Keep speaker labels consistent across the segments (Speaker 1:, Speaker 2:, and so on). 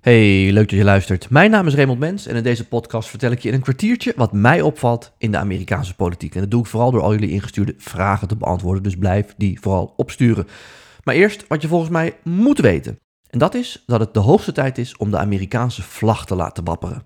Speaker 1: Hey, leuk dat je luistert. Mijn naam is Raymond Mens en in deze podcast vertel ik je in een kwartiertje wat mij opvalt in de Amerikaanse politiek. En dat doe ik vooral door al jullie ingestuurde vragen te beantwoorden, dus blijf die vooral opsturen. Maar eerst wat je volgens mij moet weten. En dat is dat het de hoogste tijd is om de Amerikaanse vlag te laten wapperen.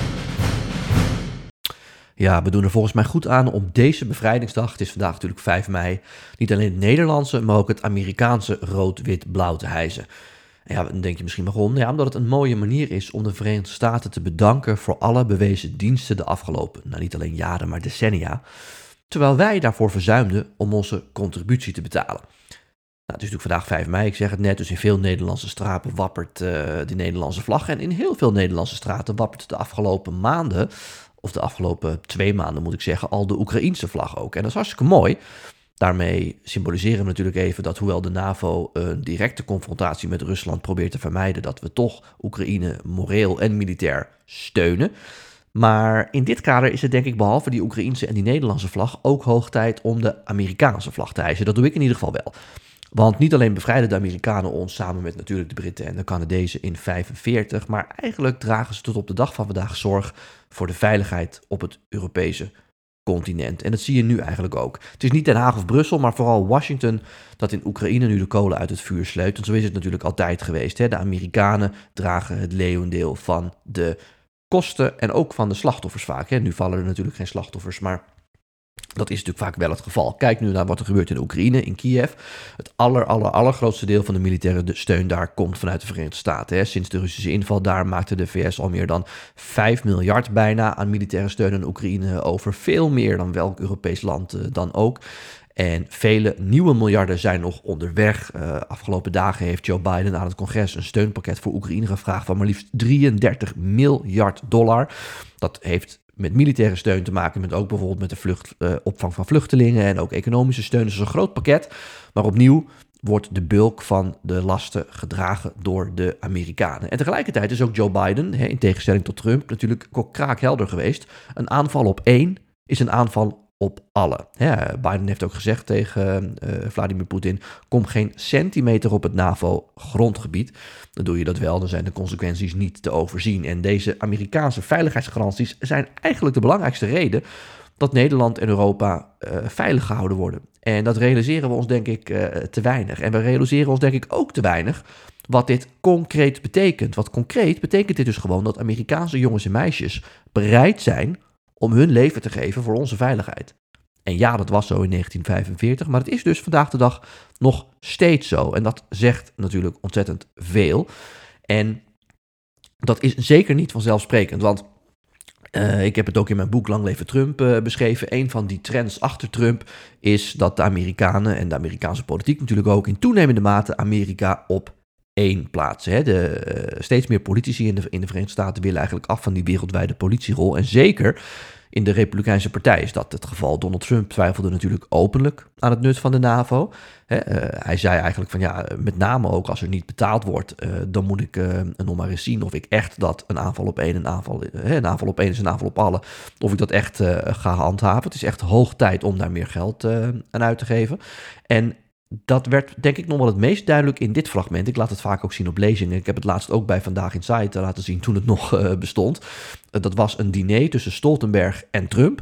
Speaker 1: Ja, we doen er volgens mij goed aan om deze bevrijdingsdag, het is vandaag natuurlijk 5 mei, niet alleen het Nederlandse, maar ook het Amerikaanse rood-wit-blauw te hijsen. En ja, dan denk je misschien waarom? Ja, omdat het een mooie manier is om de Verenigde Staten te bedanken voor alle bewezen diensten de afgelopen, nou niet alleen jaren, maar decennia. Terwijl wij daarvoor verzuimden om onze contributie te betalen. Nou, het is natuurlijk vandaag 5 mei, ik zeg het net, dus in veel Nederlandse straten wappert de Nederlandse vlag. En in heel veel Nederlandse straten wappert de afgelopen maanden, of de afgelopen 2 maanden moet ik zeggen, al de Oekraïense vlag ook. En dat is hartstikke mooi. Daarmee symboliseren we natuurlijk even dat hoewel de NAVO een directe confrontatie met Rusland probeert te vermijden, dat we toch Oekraïne moreel en militair steunen. Maar in dit kader is het denk ik behalve die Oekraïense en die Nederlandse vlag ook hoog tijd om de Amerikaanse vlag te hijsen. Dat doe ik in ieder geval wel. Want niet alleen bevrijden de Amerikanen ons samen met natuurlijk de Britten en de Canadezen in 1945, maar eigenlijk dragen ze tot op de dag van vandaag zorg voor de veiligheid op het Europese continent. En dat zie je nu eigenlijk ook. Het is niet Den Haag of Brussel, maar vooral Washington dat in Oekraïne nu de kolen uit het vuur sleurt. En zo is het natuurlijk altijd geweest. Hè? De Amerikanen dragen het leeuwendeel van de kosten en ook van de slachtoffers vaak. Hè? Nu vallen er natuurlijk geen slachtoffers, maar dat is natuurlijk vaak wel het geval. Kijk nu naar wat er gebeurt in Oekraïne, in Kiev. Het allergrootste deel van de militaire steun daar komt vanuit de Verenigde Staten. Hè. Sinds de Russische inval daar maakte de VS al meer dan 5 miljard bijna aan militaire steun aan Oekraïne over. Veel meer dan welk Europees land dan ook. En vele nieuwe miljarden zijn nog onderweg. Afgelopen dagen heeft Joe Biden aan het congres een steunpakket voor Oekraïne gevraagd van maar liefst $33 miljard. Dat heeft met militaire steun te maken, met ook bijvoorbeeld met de opvang van vluchtelingen en ook economische steun. Dus een groot pakket, maar opnieuw wordt de bulk van de lasten gedragen door de Amerikanen. En tegelijkertijd is ook Joe Biden, in tegenstelling tot Trump, natuurlijk ook kraakhelder geweest. Een aanval op één is een aanval op alle. Biden heeft ook gezegd tegen Vladimir Poetin, kom geen centimeter op het NAVO-grondgebied. Dan doe je dat wel, dan zijn de consequenties niet te overzien. En deze Amerikaanse veiligheidsgaranties zijn eigenlijk de belangrijkste reden dat Nederland en Europa veilig gehouden worden. En dat realiseren we ons denk ik te weinig. En we realiseren ons denk ik ook te weinig wat dit concreet betekent. Want concreet betekent dit dus gewoon dat Amerikaanse jongens en meisjes bereid zijn om hun leven te geven voor onze veiligheid. En ja, dat was zo in 1945, maar het is dus vandaag de dag nog steeds zo. En dat zegt natuurlijk ontzettend veel. En dat is zeker niet vanzelfsprekend, want ik heb het ook in mijn boek Lang Leven Trump beschreven. Een van die trends achter Trump is dat de Amerikanen en de Amerikaanse politiek natuurlijk ook in toenemende mate Amerika op één plaatsen. Hè. Steeds meer politici in de Verenigde Staten willen eigenlijk af van die wereldwijde politierol. En zeker in de Republikeinse Partij is dat het geval. Donald Trump twijfelde natuurlijk openlijk aan het nut van de NAVO. Hij zei eigenlijk van ja, met name ook als er niet betaald wordt, dan moet ik nog maar eens zien of ik echt dat een aanval op één, een aanval op één is een aanval op alle, of ik dat echt ga handhaven. Het is echt hoog tijd om daar meer geld aan uit te geven. En dat werd denk ik nog wel het meest duidelijk in dit fragment. Ik laat het vaak ook zien op lezingen. Ik heb het laatst ook bij Vandaag Inside laten zien toen het nog bestond. Dat was een diner tussen Stoltenberg en Trump.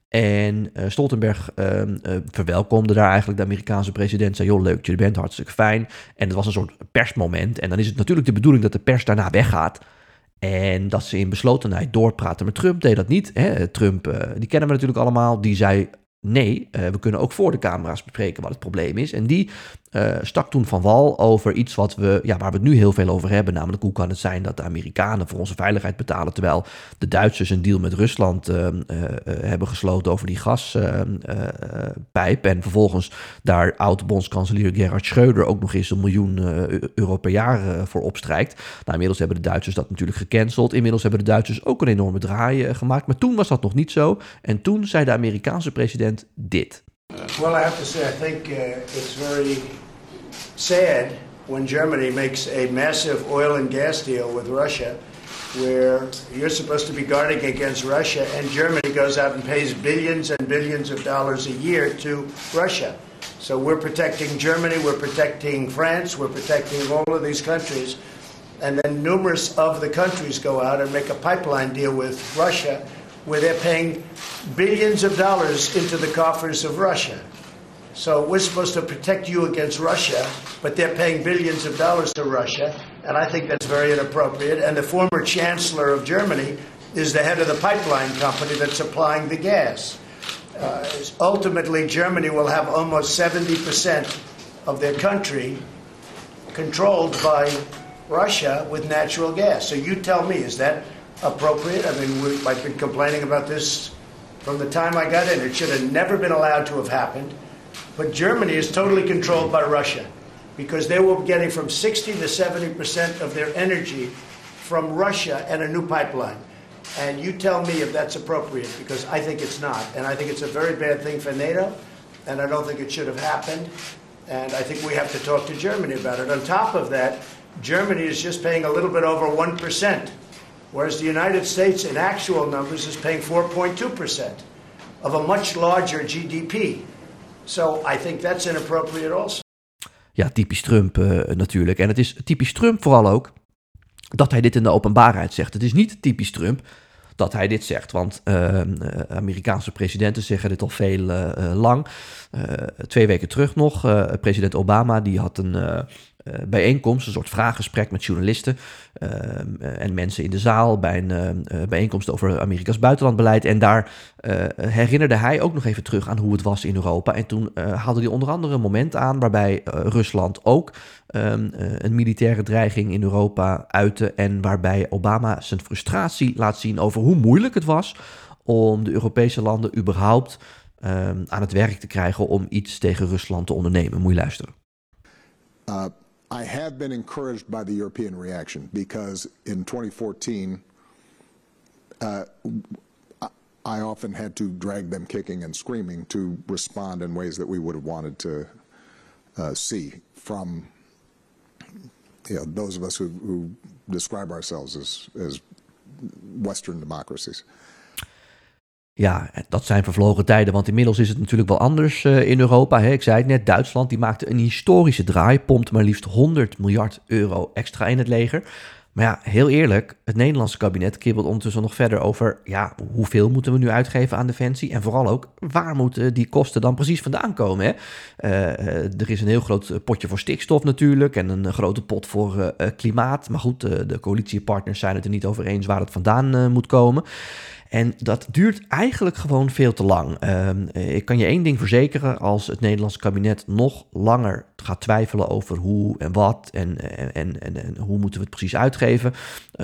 Speaker 1: En Stoltenberg verwelkomde daar eigenlijk de Amerikaanse president. Zei, joh, leuk dat je er bent, hartstikke fijn. En het was een soort persmoment. En dan is het natuurlijk de bedoeling dat de pers daarna weggaat. En dat ze in beslotenheid doorpraten. Maar Trump deed dat niet. Hè. Trump, die kennen we natuurlijk allemaal, die zei nee, we kunnen ook voor de camera's bespreken wat het probleem is. En die stak toen van wal over iets waar we het nu heel veel over hebben. Namelijk hoe kan het zijn dat de Amerikanen voor onze veiligheid betalen, terwijl de Duitsers een deal met Rusland hebben gesloten over die gaspijp. En vervolgens daar oud-bondskanselier Gerhard Schröder ook nog eens €1 miljoen per jaar voor opstrijkt. Nou, inmiddels hebben de Duitsers dat natuurlijk gecanceld. Inmiddels hebben de Duitsers ook een enorme draai gemaakt. Maar toen was dat nog niet zo. En toen zei de Amerikaanse president dit.
Speaker 2: Well, I have to say, I think it's very sad when Germany makes a massive oil and gas deal with Russia, where you're supposed to be guarding against Russia, and Germany goes out and pays billions and billions of dollars a year to Russia. So we're protecting Germany, we're protecting France, we're protecting all of these countries. and then numerous of the countries go out and make a pipeline deal with Russia, where they're paying billions of dollars into the coffers of Russia. So we're supposed to protect you against Russia, but they're paying billions of dollars to Russia, and I think that's very inappropriate. And the former chancellor of Germany is the head of the pipeline company that's supplying the gas. Ultimately, Germany will have almost 70% of their country controlled by Russia with natural gas. So you tell me, is that appropriate? I mean, I've been complaining about this from the time I got in. It should have never been allowed to have happened. But Germany is totally controlled by Russia because they were getting from 60 to 70% of their energy from Russia and a new pipeline. And you tell me if that's appropriate, because I think it's not. And I think it's a very bad thing for NATO, and I don't think it should have happened. And I think we have to talk to Germany about it. On top of that, Germany is just paying a little bit over 1%, whereas the United States, in actual numbers, is paying 4.2% of a much larger GDP. So I think that's inappropriate also.
Speaker 1: Ja, typisch Trump natuurlijk. En het is typisch Trump vooral ook dat hij dit in de openbaarheid zegt. Het is niet typisch Trump dat hij dit zegt, want Amerikaanse presidenten zeggen dit al veel lang. 2 weken terug nog, president Obama die had een bijeenkomst, een soort vraaggesprek met journalisten en mensen in de zaal bij een bijeenkomst over Amerika's buitenlandbeleid. En daar herinnerde hij ook nog even terug aan hoe het was in Europa. En toen haalde hij onder andere een moment aan waarbij Rusland ook een militaire dreiging in Europa uitte en waarbij Obama zijn frustratie laat zien over hoe moeilijk het was om de Europese landen überhaupt aan het werk te krijgen om iets tegen Rusland te ondernemen. Moet je luisteren.
Speaker 3: I have been encouraged by the European reaction because in 2014, I often had to drag them kicking and screaming to respond in ways that we would have wanted to see from those of us who describe ourselves as Western democracies.
Speaker 1: Ja, dat zijn vervlogen tijden, want inmiddels is het natuurlijk wel anders in Europa. Hè? Ik zei het net, Duitsland die maakte een historische draai, pompt maar liefst 100 miljard euro extra in het leger. Maar ja, heel eerlijk, het Nederlandse kabinet kibbelt ondertussen nog verder over, ja, hoeveel moeten we nu uitgeven aan defensie? En vooral ook, waar moeten die kosten dan precies vandaan komen? Hè? Er is een heel groot potje voor stikstof natuurlijk en een grote pot voor klimaat. Maar goed, de coalitiepartners zijn het er niet over eens waar het vandaan moet komen. En dat duurt eigenlijk gewoon veel te lang. Ik kan je één ding verzekeren, als het Nederlandse kabinet nog langer gaat twijfelen over hoe en wat en hoe moeten we het precies uitgeven,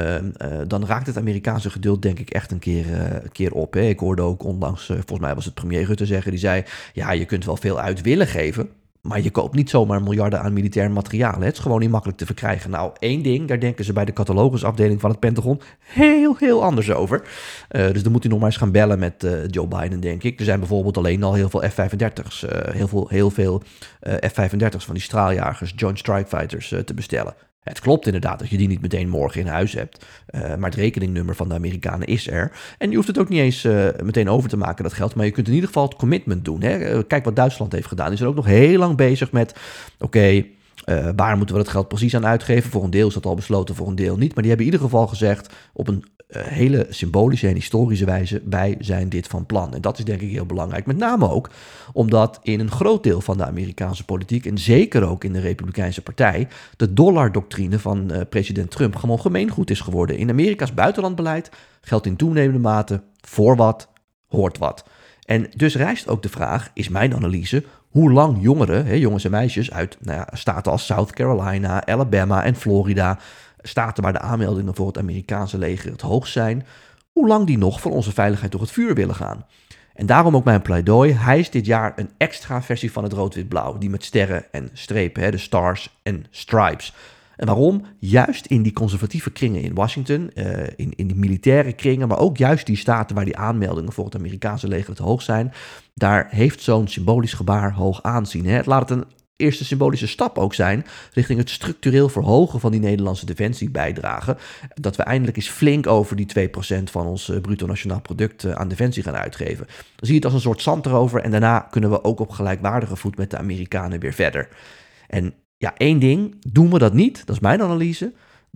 Speaker 1: dan raakt het Amerikaanse geduld denk ik echt een keer op. Hè. Ik hoorde ook onlangs, volgens mij was het premier Rutte zeggen, die zei, ja, je kunt wel veel uit willen geven, maar je koopt niet zomaar miljarden aan militair materiaal. Het is gewoon niet makkelijk te verkrijgen. Nou, één ding, daar denken ze bij de catalogusafdeling van het Pentagon heel anders over. Dus dan moet hij nog maar eens gaan bellen met Joe Biden, denk ik. Er zijn bijvoorbeeld alleen al heel veel F-35's, heel veel F-35's van die straaljagers, Joint Strike Fighters te bestellen. Het klopt inderdaad dat je die niet meteen morgen in huis hebt. Maar het rekeningnummer van de Amerikanen is er. En je hoeft het ook niet eens meteen over te maken, dat geld. Maar je kunt in ieder geval het commitment doen. Hè? Kijk wat Duitsland heeft gedaan. Die zijn ook nog heel lang bezig met, oké, waar moeten we dat geld precies aan uitgeven? Voor een deel is dat al besloten, voor een deel niet. Maar die hebben in ieder geval gezegd op een hele symbolische en historische wijze, wij zijn dit van plan. En dat is denk ik heel belangrijk. Met name ook omdat in een groot deel van de Amerikaanse politiek, en zeker ook in de Republikeinse Partij, de dollardoctrine van president Trump gewoon gemeengoed is geworden. In Amerika's buitenlandbeleid geldt in toenemende mate voor wat, hoort wat. En dus rijst ook de vraag, is mijn analyse, hoe lang jongeren, jongens en meisjes uit staten als South Carolina, Alabama en Florida, staten waar de aanmeldingen voor het Amerikaanse leger het hoogst zijn, hoe lang die nog voor onze veiligheid door het vuur willen gaan. En daarom ook mijn pleidooi, hij is dit jaar een extra versie van het rood-wit-blauw, die met sterren en strepen, de stars en stripes. En waarom? Juist in die conservatieve kringen in Washington, in die militaire kringen, maar ook juist die staten waar die aanmeldingen voor het Amerikaanse leger het hoog zijn, daar heeft zo'n symbolisch gebaar hoog aanzien. Hè. Laat het een eerste symbolische stap ook zijn richting het structureel verhogen van die Nederlandse defensiebijdrage. Dat we eindelijk eens flink over die 2% van ons bruto nationaal product aan defensie gaan uitgeven. Dan zie je het als een soort zand erover en daarna kunnen we ook op gelijkwaardige voet met de Amerikanen weer verder. En ja, één ding, doen we dat niet, dat is mijn analyse,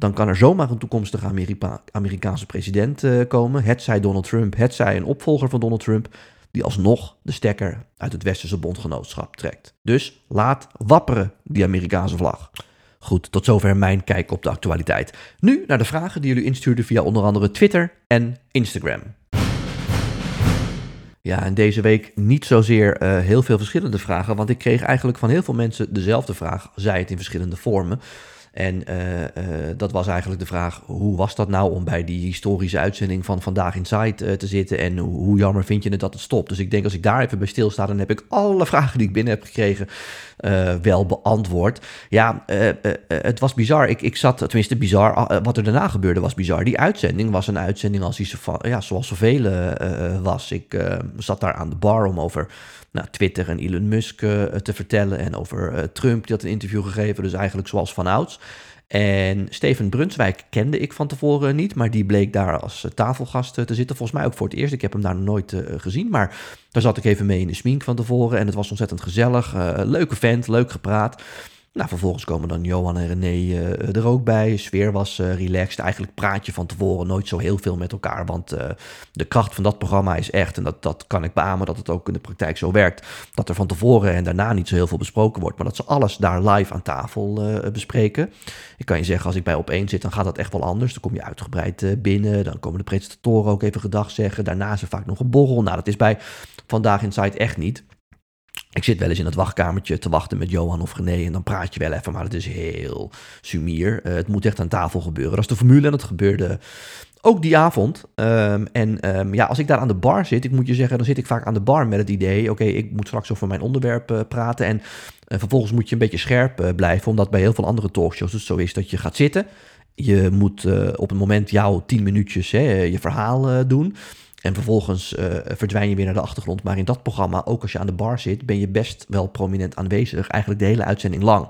Speaker 1: dan kan er zomaar een toekomstige Amerikaanse president komen. Hetzij Donald Trump, hetzij een opvolger van Donald Trump, die alsnog de stekker uit het westerse bondgenootschap trekt. Dus laat wapperen die Amerikaanse vlag. Goed, tot zover mijn kijk op de actualiteit. Nu naar de vragen die jullie instuurden via onder andere Twitter en Instagram. Ja, en deze week niet zozeer heel veel verschillende vragen, want ik kreeg eigenlijk van heel veel mensen dezelfde vraag, zij het in verschillende vormen. En dat was eigenlijk de vraag, hoe was dat nou om bij die historische uitzending van Vandaag Inside te zitten en hoe jammer vind je het dat het stopt? Dus ik denk als ik daar even bij stilsta, dan heb ik alle vragen die ik binnen heb gekregen wel beantwoord. Ja, het was bizar. Ik zat, tenminste bizar, wat er daarna gebeurde was bizar. Die uitzending was een uitzending als die, zoals zoveel was. Ik zat daar aan de bar om over Twitter en Elon Musk te vertellen en over Trump, die had een interview gegeven, dus eigenlijk zoals vanouds. En Steven Brunswijk kende ik van tevoren niet, maar die bleek daar als tafelgast te zitten. Volgens mij ook voor het eerst. Ik heb hem daar nog nooit gezien, maar daar zat ik even mee in de smink van tevoren en het was ontzettend gezellig. Leuke vent, leuk gepraat. Nou, vervolgens komen dan Johan en René er ook bij. Sfeer was relaxed. Eigenlijk praat je van tevoren nooit zo heel veel met elkaar. Want de kracht van dat programma is echt, en dat kan ik beamen dat het ook in de praktijk zo werkt, dat er van tevoren en daarna niet zo heel veel besproken wordt. Maar dat ze alles daar live aan tafel bespreken. Ik kan je zeggen, als ik bij Op1 zit, dan gaat dat echt wel anders. Dan kom je uitgebreid binnen. Dan komen de presentatoren ook even gedag zeggen. Daarna is er vaak nog een borrel. Nou, dat is bij Vandaag Inside echt niet. Ik zit wel eens in het wachtkamertje te wachten met Johan of René en dan praat je wel even, maar het is heel sumier. Het moet echt aan tafel gebeuren. Dat is de formule en dat gebeurde ook die avond. Als ik daar aan de bar zit, ik moet je zeggen, dan zit ik vaak aan de bar met het idee, oké, ik moet straks over mijn onderwerp praten en vervolgens moet je een beetje scherp blijven, omdat bij heel veel andere talkshows het zo is dat je gaat zitten. Je moet op een moment jouw 10 minuutjes je verhaal doen. En vervolgens verdwijn je weer naar de achtergrond. Maar in dat programma, ook als je aan de bar zit, ben je best wel prominent aanwezig. Eigenlijk de hele uitzending lang.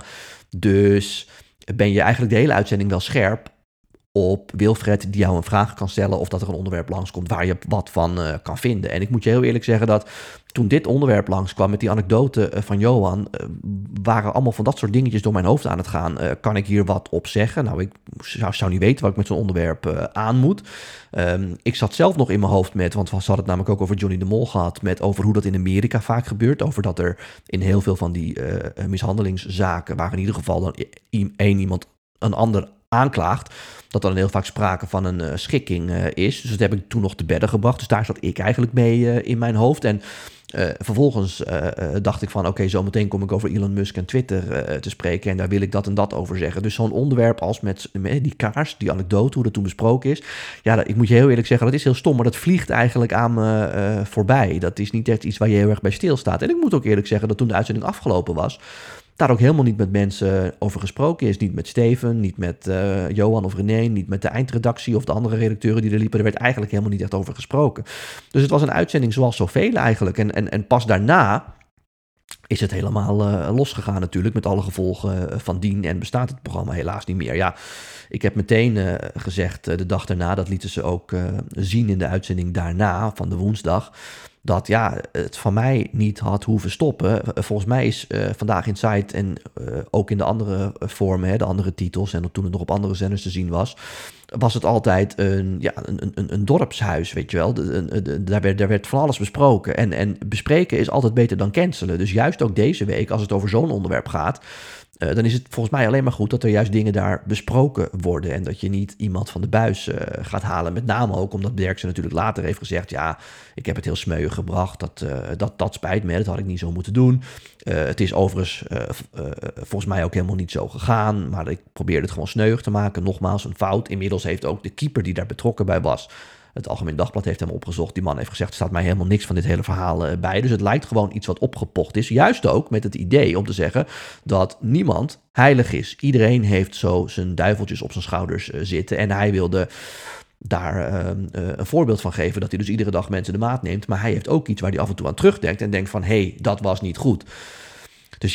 Speaker 1: Dus ben je eigenlijk de hele uitzending wel scherp op Wilfred die jou een vraag kan stellen of dat er een onderwerp langskomt waar je wat van kan vinden. En ik moet je heel eerlijk zeggen dat toen dit onderwerp langskwam met die anekdote van Johan, waren allemaal van dat soort dingetjes door mijn hoofd aan het gaan. Kan ik hier wat op zeggen? Nou, ik zou niet weten wat ik met zo'n onderwerp aan moet. Ik zat zelf nog in mijn hoofd met, want we hadden het namelijk ook over Johnny de Mol gehad, met over hoe dat in Amerika vaak gebeurt. Over dat er in heel veel van die mishandelingszaken, waar in ieder geval dan één iemand een ander aanklaagt, dat dan heel vaak sprake van een schikking is. Dus dat heb ik toen nog te bedden gebracht. Dus daar zat ik eigenlijk mee in mijn hoofd. En vervolgens dacht ik van, oké, zometeen kom ik over Elon Musk en Twitter te spreken en daar wil ik dat en dat over zeggen. Dus zo'n onderwerp als met die kaars, die anekdote, hoe dat toen besproken is. Ja, ik moet je heel eerlijk zeggen, dat is heel stom, maar dat vliegt eigenlijk aan me voorbij. Dat is niet echt iets waar je heel erg bij stilstaat. En ik moet ook eerlijk zeggen dat toen de uitzending afgelopen was, daar ook helemaal niet met mensen over gesproken is. Niet met Steven, niet met Johan of René, niet met de eindredactie of de andere redacteuren die er liepen. Er werd eigenlijk helemaal niet echt over gesproken. Dus het was een uitzending zoals zoveel eigenlijk. En pas daarna is het helemaal losgegaan natuurlijk, met alle gevolgen van dien. En bestaat het programma helaas niet meer. Ja, ik heb meteen gezegd de dag daarna, dat lieten ze ook zien in de uitzending daarna van de woensdag, dat het van mij niet had hoeven stoppen. Volgens mij is Vandaag Inside en ook in de andere vormen, de andere titels en toen het nog op andere zenders te zien was het altijd een dorpshuis, weet je wel. Daar werd van alles besproken. En bespreken is altijd beter dan cancelen. Dus juist ook deze week, als het over zo'n onderwerp gaat, dan is het volgens mij alleen maar goed dat er juist dingen daar besproken worden en dat je niet iemand van de buis gaat halen. Met name ook omdat Derksen natuurlijk later heeft gezegd, ja, ik heb het heel smeuïg gebracht, dat spijt me, dat had ik niet zo moeten doen. Het is overigens volgens mij ook helemaal niet zo gegaan, maar ik probeerde het gewoon sneuig te maken. Nogmaals, een fout. Inmiddels heeft ook de keeper die daar betrokken bij was, het Algemeen Dagblad heeft hem opgezocht. Die man heeft gezegd, er staat mij helemaal niks van dit hele verhaal bij. Dus het lijkt gewoon iets wat opgepocht is. Juist ook met het idee om te zeggen dat niemand heilig is. Iedereen heeft zo zijn duiveltjes op zijn schouders zitten. En hij wilde daar een voorbeeld van geven, dat hij dus iedere dag mensen de maat neemt. Maar hij heeft ook iets waar hij af en toe aan terugdenkt en denkt van, hé, dat was niet goed. Dus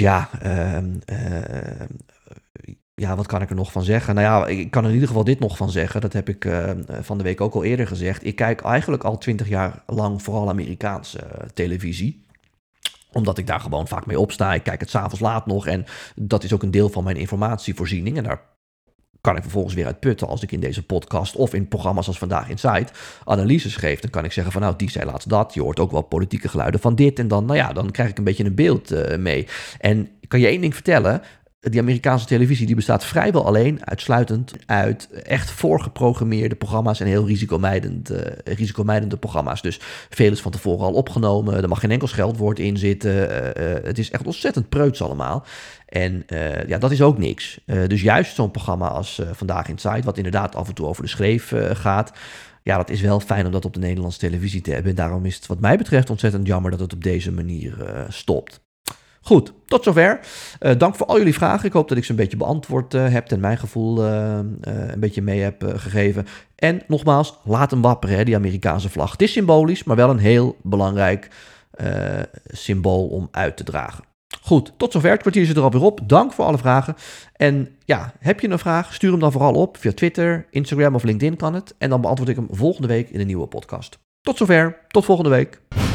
Speaker 1: wat kan ik er nog van zeggen? Nou ja, ik kan in ieder geval dit nog van zeggen. Dat heb ik van de week ook al eerder gezegd. Ik kijk eigenlijk al 20 jaar lang vooral Amerikaanse televisie, omdat ik daar gewoon vaak mee opsta. Ik kijk het 's avonds laat nog en dat is ook een deel van mijn informatievoorziening. En daar kan ik vervolgens weer uitputten als ik in deze podcast of in programma's als Vandaag Inside analyses geef. Dan kan ik zeggen van nou, die zei laatst dat. Je hoort ook wel politieke geluiden van dit. En dan, nou ja, dan krijg ik een beetje een beeld mee. En ik kan je één ding vertellen. Die Amerikaanse televisie die bestaat vrijwel alleen uitsluitend uit echt voorgeprogrammeerde programma's en heel risicomijdende programma's. Dus veel is van tevoren al opgenomen, er mag geen enkel scheldwoord in zitten. Het is echt ontzettend preuts allemaal. En dat is ook niks. Dus juist zo'n programma als Vandaag Inside, wat inderdaad af en toe over de schreef gaat. Ja, dat is wel fijn om dat op de Nederlandse televisie te hebben. En daarom is het wat mij betreft ontzettend jammer dat het op deze manier stopt. Goed, tot zover. Dank voor al jullie vragen. Ik hoop dat ik ze een beetje beantwoord heb en mijn gevoel een beetje mee heb gegeven. En nogmaals, laat hem wapperen, hè, die Amerikaanse vlag. Het is symbolisch, maar wel een heel belangrijk symbool om uit te dragen. Goed, tot zover. Het kwartier zit er alweer op. Dank voor alle vragen. En ja, heb je een vraag? Stuur hem dan vooral op via Twitter, Instagram of LinkedIn kan het. En dan beantwoord ik hem volgende week in een nieuwe podcast. Tot zover. Tot volgende week.